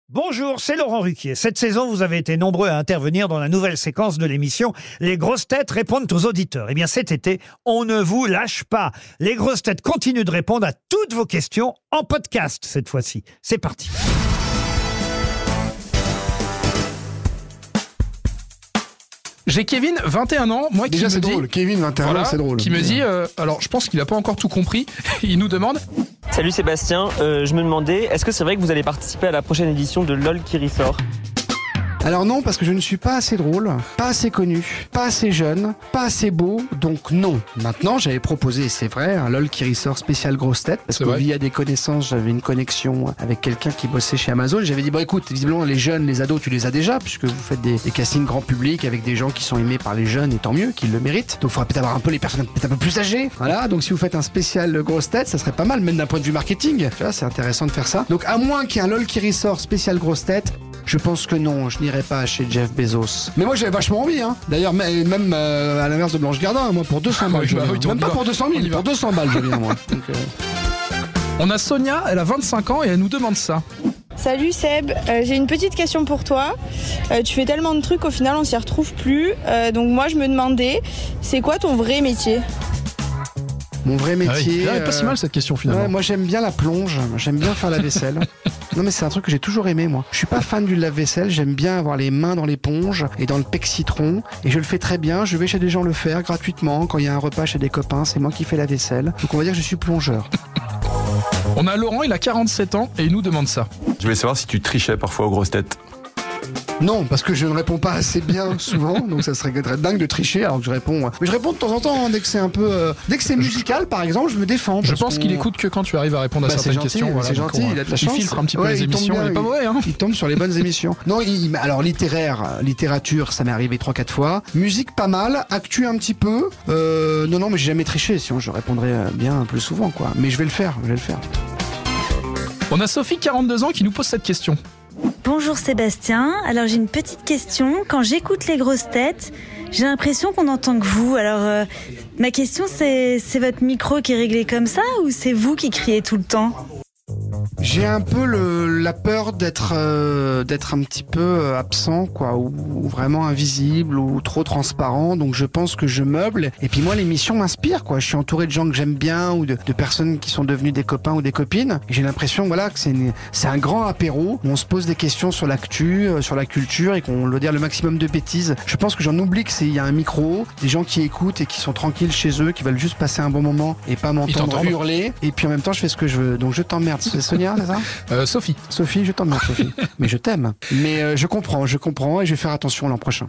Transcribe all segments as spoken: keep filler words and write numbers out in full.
Bonjour, c'est Laurent Ruquier. Cette saison, vous avez été nombreux à intervenir dans la nouvelle séquence de l'émission « Les grosses têtes répondent aux auditeurs ». Eh bien, cet été, on ne vous lâche pas. Les grosses têtes continuent de répondre à toutes vos questions en podcast cette fois-ci. C'est parti. J'ai Kevin, vingt et un ans, moi qui Déjà me c'est dit, drôle, Kevin, vingt et un voilà, ans, c'est drôle. qui me dit, euh, alors je pense qu'il a pas encore tout compris, il nous demande... Salut Sébastien, euh, je me demandais, est-ce que c'est vrai que vous allez participer à la prochaine édition de LOL qui ressort ? Alors non, parce que je ne suis pas assez drôle, pas assez connu, pas assez jeune, pas assez beau, donc non. Maintenant, j'avais proposé, c'est vrai, un LOL qui ressort spécial grosse tête, parce C'est que vrai. via des connaissances, j'avais une connexion avec quelqu'un qui bossait chez Amazon. J'avais dit, bon écoute, visiblement les jeunes, les ados, tu les as déjà, puisque vous faites des, des castings grand public avec des gens qui sont aimés par les jeunes, et tant mieux, qu'ils le méritent. Donc il faudra peut-être avoir un peu les personnes peut-être un peu plus âgées. Voilà, donc si vous faites un spécial grosse tête, ça serait pas mal, même d'un point de vue marketing. Tu vois, c'est intéressant de faire ça. Donc à moins qu'il y ait un LOL qui ressort spécial grosse tête, je pense que non, je n'irai pas chez Jeff Bezos. Mais moi j'avais vachement envie, hein. D'ailleurs, m- même euh, à l'inverse de Blanche Gardin, moi pour deux cents balles, Oui, je bah viens. oui, on Même y pas va. pour deux cent On y mille, va. pour deux cents balles, je viens, moi. Donc, euh... On a Sonia, elle a vingt-cinq ans et elle nous demande ça. Salut Seb, Euh, j'ai une petite question pour toi. Euh, tu fais tellement de trucs, au final on s'y retrouve plus. Euh, donc moi je me demandais, c'est quoi ton vrai métier ? Mon vrai Ah oui. métier. Ah, pas si euh, mal cette question finalement. Ouais, moi j'aime bien la plonge, j'aime bien faire la vaisselle. Non mais c'est un truc que j'ai toujours aimé moi. Je suis pas fan du lave-vaisselle, j'aime bien avoir les mains dans l'éponge et dans le pec citron et je le fais très bien, je vais chez des gens le faire gratuitement quand il y a un repas chez des copains, c'est moi qui fais la vaisselle. Donc on va dire que je suis plongeur. On a Laurent, il a quarante-sept ans et il nous demande ça. Je voulais savoir si tu trichais parfois aux grosses têtes. Non, parce que je ne réponds pas assez bien souvent, donc ça serait très dingue de tricher alors que je réponds. Mais je réponds de temps en temps, hein, dès que c'est un peu, euh, dès que c'est musical par exemple, je me défends. Je parce pense qu'on- qu'il écoute que quand tu arrives à répondre à Bah, c'est certaines gentil, questions. Voilà, c'est donc gentil, on- il a de la il chance. filtre un petit peu Ouais, les il tombe émissions, bien, il est pas mauvais. Hein. Il tombe sur les bonnes émissions. Non, il, alors littéraire, littérature, ça m'est arrivé trois quatre fois. Musique, pas mal. Actu, un petit peu. Euh, non, non, mais j'ai jamais triché, sinon je répondrais euh, bien plus souvent, quoi. Mais je vais le faire, je vais le faire. On a Sophie, quarante-deux ans, qui nous pose cette question. Bonjour Sébastien, alors j'ai une petite question. Quand j'écoute les grosses têtes, j'ai l'impression qu'on entend que vous. Alors euh, ma question c'est, c'est votre micro qui est réglé comme ça ou c'est vous qui criez tout le temps ? J'ai un peu le, la peur d'être euh, d'être un petit peu euh, absent, quoi, ou, ou vraiment invisible, ou trop transparent. Donc je pense que je meuble. Et puis moi, l'émission m'inspire, quoi. Je suis entouré de gens que j'aime bien ou de, de personnes qui sont devenues des copains ou des copines. Et j'ai l'impression, voilà, que c'est une- c'est un grand apéro où on se pose des questions sur l'actu, euh, sur la culture et qu'on doit dire le maximum de bêtises. Je pense que j'en oublie que c'est il y a un micro, des gens qui écoutent et qui sont tranquilles chez eux, qui veulent juste passer un bon moment et pas m'entendre t'entendent. hurler. Et puis en même temps, je fais ce que je veux. Donc je t'emmerde. C'est Sonia, c'est ça? Euh, Sophie. Sophie, je t'emmerde, Sophie. Mais je t'aime. Mais euh, je comprends, je comprends et je vais faire attention l'an prochain.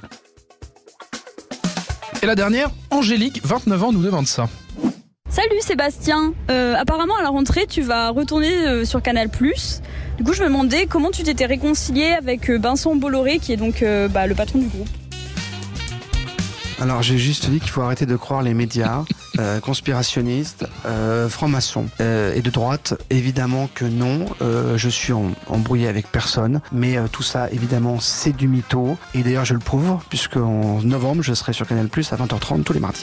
Et la dernière, Angélique, vingt-neuf ans, nous demande ça. Salut Sébastien, euh, apparemment à la rentrée tu vas retourner euh, sur Canal plus. Du coup je me demandais comment tu t'étais réconcilié avec euh, Vincent Bolloré qui est donc euh, bah, le patron du groupe. Alors j'ai juste dit qu'il faut arrêter de croire les médias euh, conspirationnistes, euh, francs-maçons euh, et de droite. Évidemment que non, euh, je suis en, embrouillé avec personne. Mais euh, tout ça, évidemment, c'est du mytho. Et d'ailleurs, je le prouve, puisque en novembre, je serai sur Canal plus à vingt heures trente tous les mardis.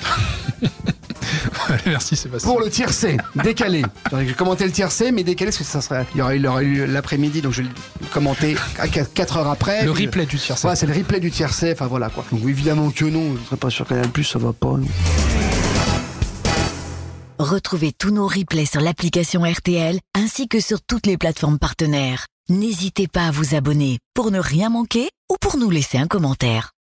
Merci Sébastien. Pour le tiercé, décalé. J'ai commenté le tiercé, mais décalé, parce que ça serait, il y aurait, il aurait eu l'après-midi, donc je vais le commenter à quatre heures après. Le Puis- replay du tiercé. Ouais, c'est le replay du tiercé, enfin voilà quoi. Donc évidemment que non, je ne serai pas sur Canal plus, ça va pas. non. Retrouvez tous nos replays sur l'application R T L ainsi que sur toutes les plateformes partenaires. N'hésitez pas à vous abonner pour ne rien manquer ou pour nous laisser un commentaire.